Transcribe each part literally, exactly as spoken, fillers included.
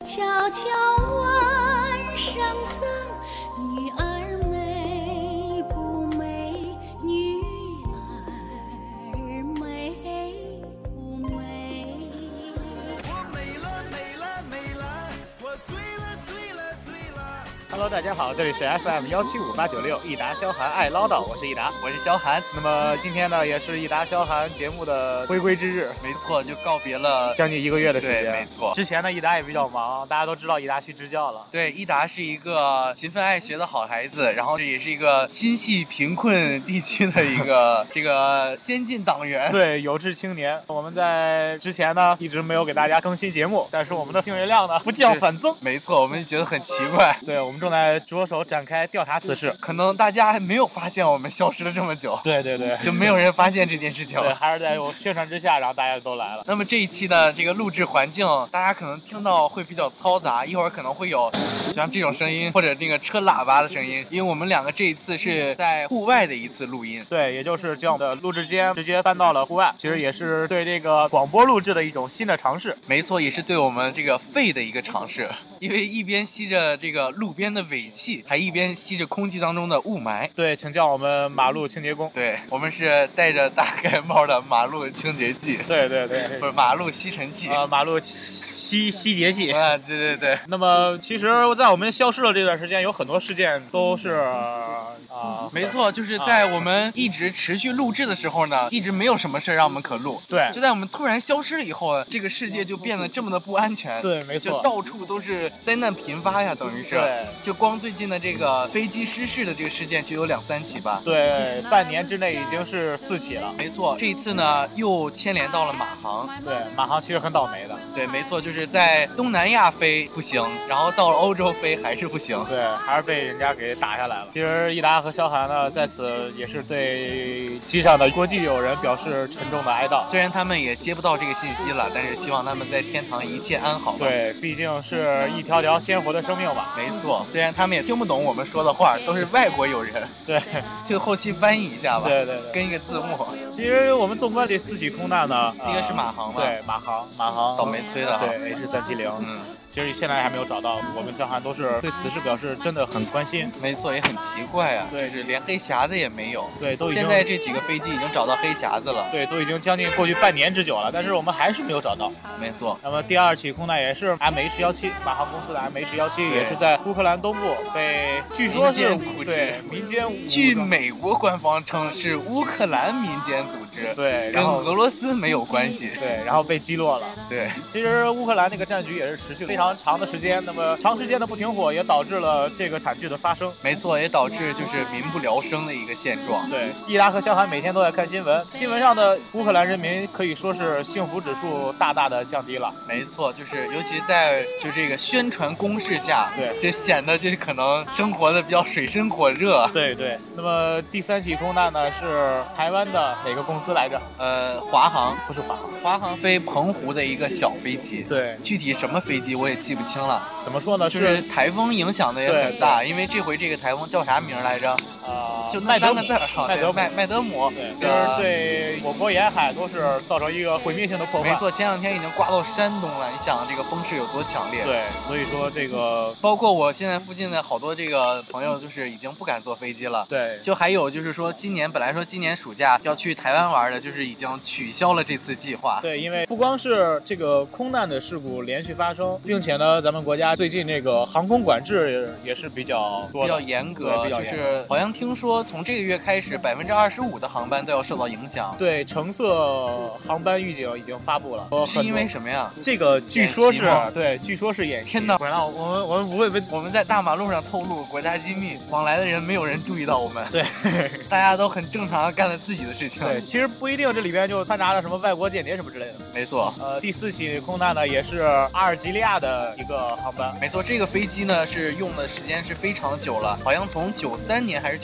悄悄问圣僧，女儿美不美？女儿美不美？ 我美了美了美了，我醉了醉了醉了。 Hello， 大家好，这里是 F M 幺七五八九六，益达萧寒爱唠叨，我是益达， 我是萧寒。 那么今天呢，也是益达萧寒节目的回归之日， 没错，就告别了将近一个月的时间。 对，没错。 之前呢，益达也比较忙，大家都知道益达去支教了。 对，益达是一个勤奋爱学的好孩子，然后这也是一个心系贫困地区的一个这个先进党员。 对，有志青年。我们在之前呢，一直没有给大家更新节目，但是我们的订阅量呢不降反增。 没错，我们觉得很奇怪。 对，我们正在着手展开调查此事， 可能大家还没有发现我们消失了这么久。 对对对， 就没有人发现这件事情。 对，还是在我宣传之下，然后大家都来了。 那么这一期的这个录制环境，大家可能听到会比较嘈杂，一会儿可能会有像这种声音，或者那个车喇叭的声音，因为我们两个这一次是在户外的一次录音。 对，也就是将我们的录制间直接搬到了户外，其实也是对这个广播录制的一种新的尝试。 没错，也是对我们这个肺的一个尝试。因为一边吸着这个路边的尾气，还一边吸着空气当中的雾霾。 对，请叫我们马路清洁工。 对，我们是戴着大盖帽的马路清洁剂。 对对对， 不是马路吸尘器啊、呃，马路吸吸洁器啊，对对对。 那么其实，在我们消失了这段时间，有很多事件都是啊、呃， 没错，就是在我们一直持续录制的时候呢，一直没有什么事让我们可录。 对， 就在我们突然消失了以后，这个世界就变得这么的不安全。 对，没错， 就到处都是灾难频发呀，等于是。 对， 就光最近的这个飞机失事的这个事件就有两三起吧。 对，半年之内已经是四起了。 没错，这一次呢又牵连到了马航。 对，马航其实很倒霉的。 对，没错，就是在东南亚飞不行，然后到了欧洲飞还是不行。 对，还是被人家给打下来了。其实益达和萧寒呢，在此也是对机上的国际友人表示沉重的哀悼。 虽然他们也接不到这个信息了，但是希望他们在天堂一切安好吧。 对，毕竟是一条条鲜活的生命吧。 没错，虽然他们也听不懂我们说的话，都是外国友人。 对， 就后期翻译一下吧。 对对对， 跟一个字幕。 其实我们纵观这四起空难呢， 一个是马航嘛。 对，马航，马航倒霉催的哈。 对 ，H 三七零。 嗯。 其实现在还没有找到，我们萧寒都是对此事表示真的很关心。 没错，也很奇怪啊， 对， 就是连黑匣子也没有。 对，都已经现在这几个飞机已经找到黑匣子了。 对，都已经将近过去半年之久了，但是我们还是没有找到。 没错。 那么第二起空难也是 M H 一七，马航公司的 M H 一七也是在乌克兰东部被据说是对民间， 据美国官方称是乌克兰民间组织， 对， 跟俄罗斯没有关系。 对，然后被击落了。 对， 其实乌克兰那个战局也是持续非常长的时间。那么长时间的不停火也导致了这个惨剧的发生。 没错，也导致就是民不聊生的一个现状。 对，益达和萧寒每天都在看新闻，新闻上的乌克兰人民可以说是幸福指数大大的降低了。 没错，就是尤其在就这个宣传攻势下， 对， 就显得就是可能生活的比较水深火热。 对对。那么第三起空难呢是台湾的哪个公司来着？ 呃，华航。 不是华航， 华航飞澎湖的一个小飞机。 对， 具体什么飞机我也记不清了。 怎么说呢？ 就是台风影响的也很大，因为这回这个台风叫啥名来着？ 呃， 就那三个字儿， 麦德麦麦德姆。 对，其实对我国沿海都是造成一个毁灭性的破坏。 没错，前两天已经刮到山东了，你想这个风势有多强烈？ 对，所以说这个， 包括我现在附近的好多这个朋友，就是已经不敢坐飞机了。 对， 就还有就是说，今年本来说今年暑假要去台湾玩的，就是已经取消了这次计划。 对，因为不光是这个空难的事故连续发生，并且呢，咱们国家最近这个航空管制也是比较多比较严格， 比较严格， 就是好像听说从这个月开始，百分之二十五的航班都要受到影响。 对，橙色航班预警已经发布了。 是因为什么呀？ 这个据说是对，据说是演习。 天哪！ 然后我们我们不会被我们在大马路上透露国家机密，往来的人没有人注意到我们。 对， 大家都很正常的干了自己的事情。 对，其实不一定这里边就掺杂了什么外国间谍什么之类的。 没错。 呃，第四起空难呢，也是阿尔及利亚的一个航班。 没错，这个飞机呢是用的时间是非常久了，好像从九三年还是九四年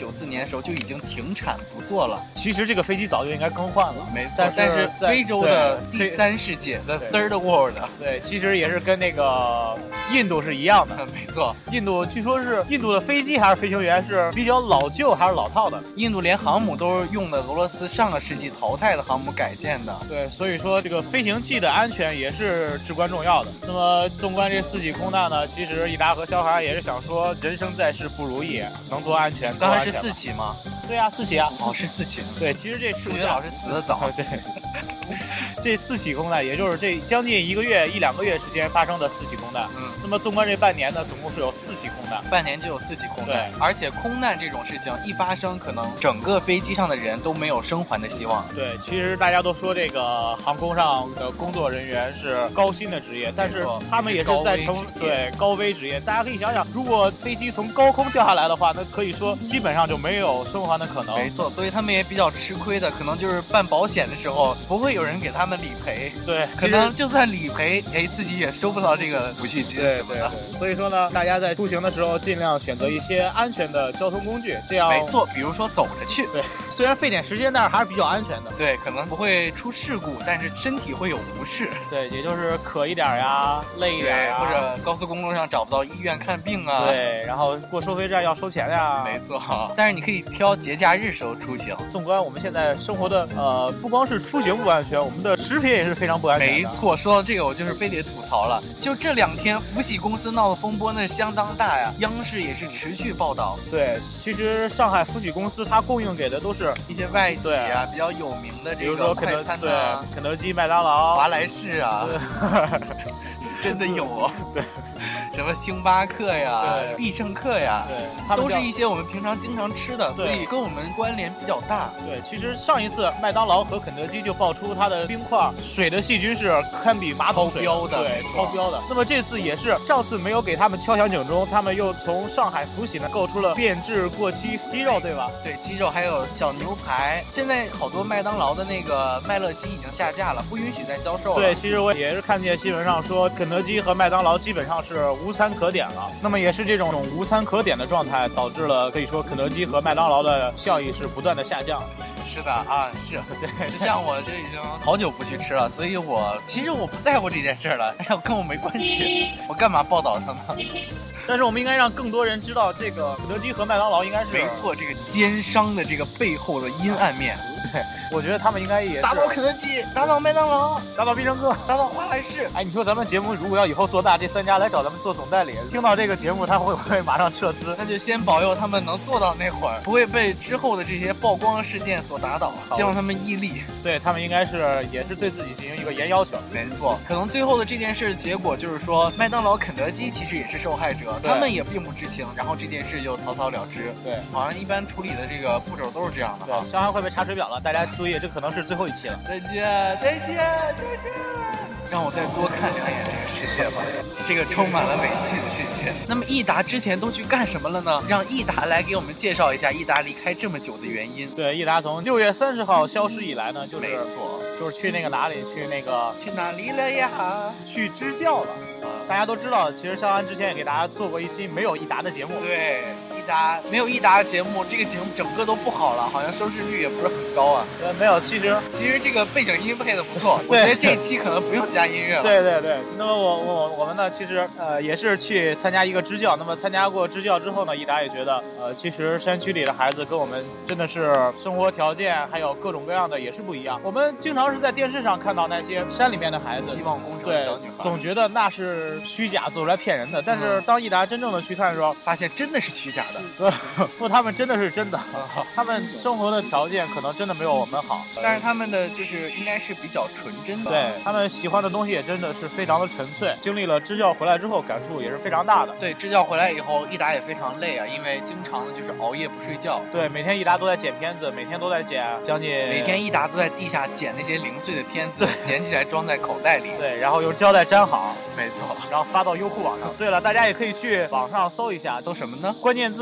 的时候就已经停产不做了。 其实这个飞机早就应该更换了， 没错， 但是但是在非洲的对第三世界 The 对 Third World， 对，其实也是跟那个印度是一样的。 没错， 印度据说是印度的飞机还是飞行员是比较老旧还是老套的， 印度连航母都是用的俄罗斯上个世纪淘汰的航母改建的。 对，所以说这个飞行器的安全也是至关重要的。那么纵观这四起空难呢，其实益达和肖寒也是想说，人生在世不如意，能多安全多刚才是安全吧。 四起吗？ 对啊，四起啊。 哦，是四起。 对，其实这数数学老师死得早。 对。这四起空难，也就是这将近一个月、一两个月时间发生的四起空难。 嗯， 那么纵观这半年呢，总共是有四起空难， 半年就有四起空难。 对， 而且空难这种事情一发生，可能整个飞机上的人都没有生还的希望。 对，其实大家都说这个航空上的工作人员是高薪的职业，但是他们也是在成对高危职业。大家可以想想，如果飞机从高空掉下来的话，那可以说基本上就没有生还的可能。 没错，所以他们也比较吃亏的，可能就是办保险的时候不会有人给他们理赔。 对， 可能就算理赔，哎，自己也收不到这个抚恤金什么的。 所以说呢，大家在出行的时候尽量选择一些安全的交通工具，这样没错，比如说走着去。 对，虽然费点时间，但是还是比较安全的。 对，可能不会出事故，但是身体会有不适。 对，也就是渴一点呀，累一点呀， 或者高速公路上找不到医院看病啊。 对，然后过收费站要收钱呀。 没错，但是你可以挑节假日时候出行。 纵观我们现在生活的，呃，不光是出行不安全，我们的食品也是非常不安全的。 没错，说到这个，我就是非得吐槽了。就这两天，福喜公司闹的风波那相当大呀，央视也是持续报道。 对，其实上海福喜公司它供应给的都是一些外企啊，比较有名的这个快餐的、啊，肯德基、麦当劳、 华莱士啊，真的有哦。对。什么星巴克呀、必胜客呀， 对，他们都是一些我们平常经常吃的，所以跟我们关联比较大。 对，其实上一次麦当劳和肯德基就爆出它的冰块水的细菌是堪比马桶水标的， 对，超标的。那么这次也是，上次没有给他们敲响警钟，他们又从上海福喜呢购出了变质过期鸡肉，对吧？ 对，鸡肉还有小牛排。现在好多麦当劳的那个麦乐鸡已经下架了，不允许再销售了。 对，其实我也是看见新闻上说，肯德基和麦当劳基本上是无餐可点了。那么也是这种无餐可点的状态，导致了可以说肯德基和麦当劳的效益是不断的下降。 是的啊，是对，就像我就已经好久不去吃了，所以我其实我不在乎这件事了，哎呀，跟我没关系，我干嘛报道他们？ 但是我们应该让更多人知道，这个肯德基和麦当劳应该是没错，这个奸商的这个背后的阴暗面。 对，我觉得他们应该也是打倒肯德基，打倒麦当劳， 打倒必胜客， 打倒华莱士。 哎，你说咱们节目如果要以后做大，这三家来找咱们做总代理，听到这个节目他会不会马上撤资？ 那就先保佑他们能做到那会儿，不会被之后的这些曝光事件所打倒，希望他们毅力。 对，他们应该是也是对自己进行一个严要求。 没错，可能最后的这件事结果就是说，麦当劳、肯德基其实也是受害者，他们也并不知情，然后这件事就草草了之。 对， 好像一般处理的这个步骤都是这样的。 对，肖寒会被查水表了，大家注意，这可能是最后一期了。 再见，再见，再见。让我再多看两眼这个世界吧，这个充满了美气的世界。那么益达之前都去干什么了呢？让益达来给我们介绍一下益达离开这么久的原因。 对，益达从六月三十号消失以来呢，就是没错， 就是去那个哪里，去那个去哪里了呀？ 去支教了。啊、大家都知道，其实肖寒之前也给大家做过一期没有益达的节目。 对。益达没有益达的节目，这个节目整个都不好了，好像收视率也不是很高啊。 呃，没有，其实其实这个背景音配的不错，我觉得这期可能不用加音乐了。 对对对，那么我我我们呢，其实呃也是去参加一个支教。那么参加过支教之后呢，益达也觉得，呃，其实山区里的孩子跟我们真的是生活条件还有各种各样的也是不一样。我们经常是在电视上看到那些山里面的孩子， 希望工程的小女孩， 总觉得那是虚假做出来骗人的。但是当益达真正的去看的时候， 发现真的是虚假的。 对。不，他们真的是真的，他们生活的条件可能真的没有我们好， 但是他们的就是应该是比较纯真的， 对，他们喜欢的东西也真的是非常的纯粹。经历了支教回来之后，感触也是非常大的。 对，支教回来以后，益达也非常累啊，因为经常的就是熬夜不睡觉。 对，每天益达都在剪片子，每天都在剪将近， 每天益达都在地下捡那些零碎的片子，捡起来装在口袋里， 对，然后用胶带粘好， 没错， 然后发到优酷网上。对了，大家也可以去网上搜一下， 搜什么呢？ 关键字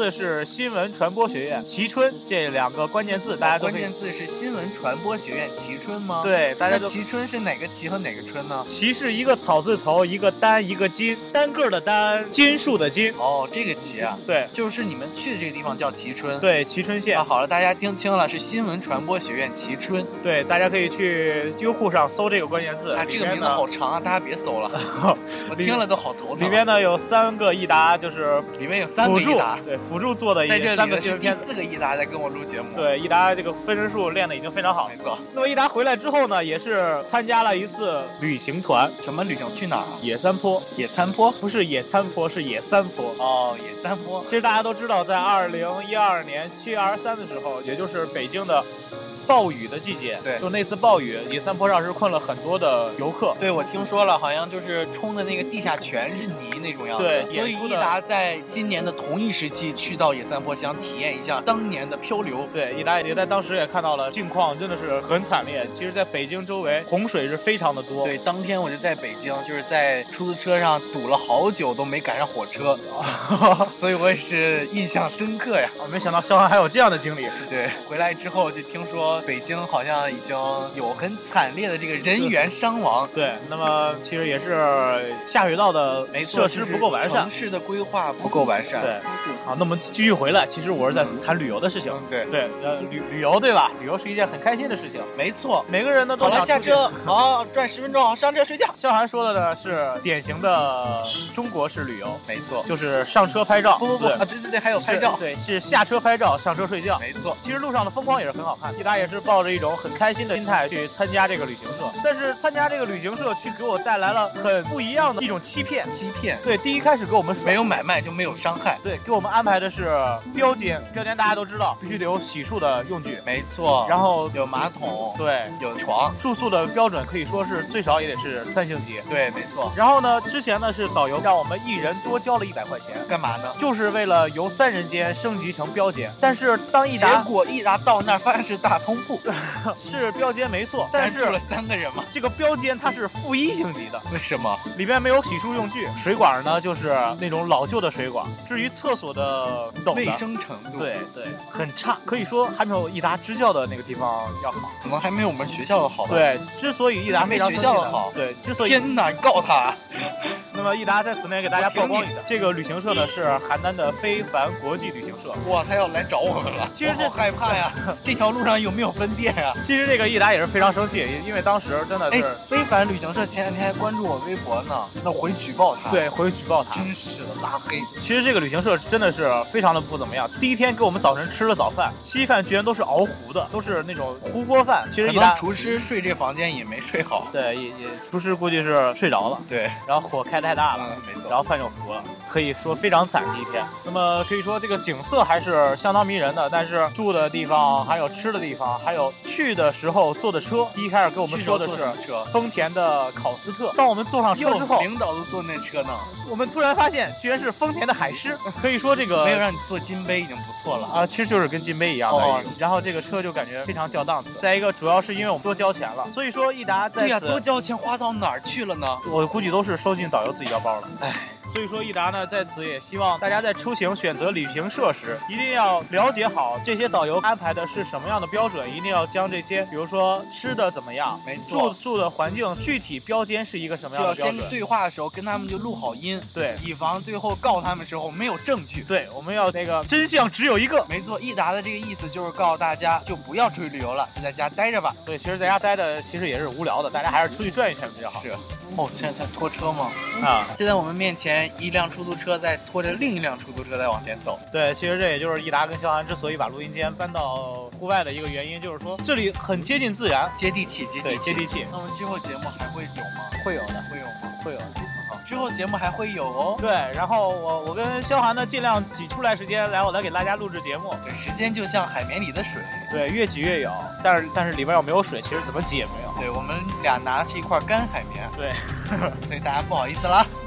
字是新闻传播学院蕲春，这两个关键字大家都可以。 关键字是新闻传播学院蕲春吗？ 对，大家都。 蕲春是哪个蕲和哪个春呢？ 蕲是一个草字头，一个单，一个金，单个的单，金树的金。 哦，这个蕲啊， 对， 就是你们去的这个地方叫蕲春。 对，蕲春县。 啊，好了，大家听清了，是新闻传播学院蕲春。 对，大家可以去优酷上搜这个关键字。 啊，这个名字好长啊，大家别搜了，我听了都好头疼。 里面呢有三个益达，就是里面有三个益达， 对，辅助做的在三个新闻片。 四个益达在跟我录节目。 对，益达这个分身术练的已经非常好。 没错。 那么益达回来之后呢，也是参加了一次旅行团。 什么旅行？去哪儿啊？ 野三坡。 野餐坡不是野餐坡，是野三坡。 哦，野三坡。 其实大家都知道，在二零一二年七月二十三的时候，也就是北京的暴雨的季节， 对， 就那次暴雨，野三坡上是困了很多的游客。 对，我听说了，好像就是冲的那个地下全是泥那种样子。 对， 所以益达在今年的同一时期去到野三坡，想体验一下当年的漂流。 对，益达也在当时也看到了境况真的是很惨烈。其实，在北京周围洪水是非常的多。 对，当天我就在北京，就是在出租车上堵了好久都没赶上火车，所以我也是印象深刻呀。 我没想到萧寒还有这样的经历。 对，回来之后就听说北京好像已经有很惨烈的这个人员伤亡。 对，那么其实也是下水道的设施不够完善， 城市的规划不够完善。 对，好，那么继续回来，其实我是在谈旅游的事情。 嗯、对对，呃，旅旅游对吧？旅游是一件很开心的事情。 没错， 每个人呢都想好了，下车，好，转十分钟，好，上车睡觉。 萧寒说的呢是典型的中国式旅游， 没错， 就是上车拍照。 不不不啊，对对对，还有拍照， 对，是下车拍照，上车睡觉。 没错， 其实路上的风光也是很好看。益达也是抱着一种很开心的心态去参加这个旅行社，但是参加这个旅行社去给我带来了很不一样的一种欺骗。 欺骗， 对，第一开始给我们没有买卖就没有伤害。 对，给我们安排的是标间，标间大家都知道，必须得有洗漱的用具。 没错， 然后有马桶， 对， 有床， 住宿的标准可以说是最少也得是三星级。 对，没错。 然后呢，之前呢是导游让我们一人多交了一百块钱， 干嘛呢？ 就是为了由三人间升级成标间。但是当益达， 结果益达到那儿发现是大通铺， 是标间没错，但是住了三个人嘛。 这个标间它是负一星级的， 为什么？ 里边没有洗漱用具，水管呢就是那种老旧的水管。至于厕所的卫生程度， 对对，很差，可以说还没有益达支教的那个地方要好， 可能还没有我们学校的好吧。 对，之所以益达非常学校的好， 对，之所以天哪，告他。 那么益达在此呢给大家曝光一下，这个旅行社呢是邯郸的非凡国际旅行社。 哇，他要来找我们了， 其实这好害怕呀！这条路上有没有分店呀？ 其实这个益达也是非常生气，因为当时真的是非凡旅行社前两天还关注我微博呢，那我回举报他。 对，回举报他， 真是的，拉黑。 其实这个旅行社真的是非常的不怎么样。第一天给我们早晨吃了早饭，稀饭居然都是熬糊的，都是那种糊锅饭。其实益达厨师睡这房间也没睡好， 对，也也厨师估计是睡着了， 对， 然后火开太大了， 嗯，没错， 然后饭就糊了，可以说非常惨。第一天，那么可以说这个景色还是相当迷人的，但是住的地方，还有吃的地方，还有去的时候坐的车，第一开始跟我们说的是车丰田的考斯特，当我们坐上车之后， 领导都坐那车呢， 我们突然发现居然是丰田的海狮，可以说这个没有让你坐金杯已经不错了啊，其实就是跟金杯一样的、哦。然后这个车就感觉非常掉档次。再一个，主要是因为我们多交钱了，所以说益达在对呀、啊，多交钱花到哪儿去了呢？ 我估计都是收进导游自己腰包了。 唉。 所以说益达呢在此也希望大家在出行选择旅行社时，一定要了解好这些导游安排的是什么样的标准，一定要将这些，比如说吃的怎么样， 没错， 住宿的环境，具体标间是一个什么样的标准， 就要先对话的时候跟他们就录好音， 对， 以防最后告他们的时候没有证据。 对，我们要那个真相只有一个。 没错，益达的这个意思就是告诉大家，就不要出去旅游了，就在家待着吧。 对，其实在家待的其实也是无聊的，大家还是出去转一圈比较好。 是。哦，现在在拖车吗？ 啊！ 就在我们面前，一辆出租车在拖着另一辆出租车在往前走。 对，其实这也就是益达跟萧寒之所以把录音间搬到户外的一个原因，就是说这里很接近自然， 接地气，接地气。 对，接地气。 那我们之后节目还会有吗？ 会有的， 会有吗？ 会有的。 好，之后节目还会有哦。 对，然后我我跟萧寒呢尽量挤出来时间来，我来给大家录制节目。 对，时间就像海绵里的水。 对，越挤越有，但是但是里边要没有水，其实怎么挤也没有。 对，我们俩拿的是一块干海绵。 对， 所以大家不好意思啦。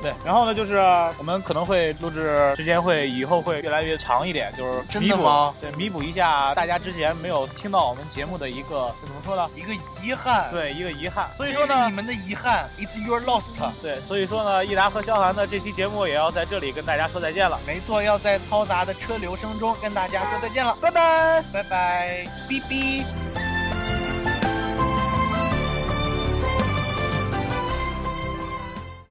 对，然后呢，就是我们可能会录制时间会以后会越来越长一点，就是真弥补的吗？ 对，弥补一下大家之前没有听到我们节目的一个怎么说呢？ 一个遗憾， 对，一个遗憾。所以这说呢， 是你们的遗憾 ，It's your loss。 对，所以说呢，益达和萧寒的这期节目也要在这里跟大家说再见了。 没错，要在嘈杂的车流声中跟大家说再见了，拜拜，拜拜，哔哔。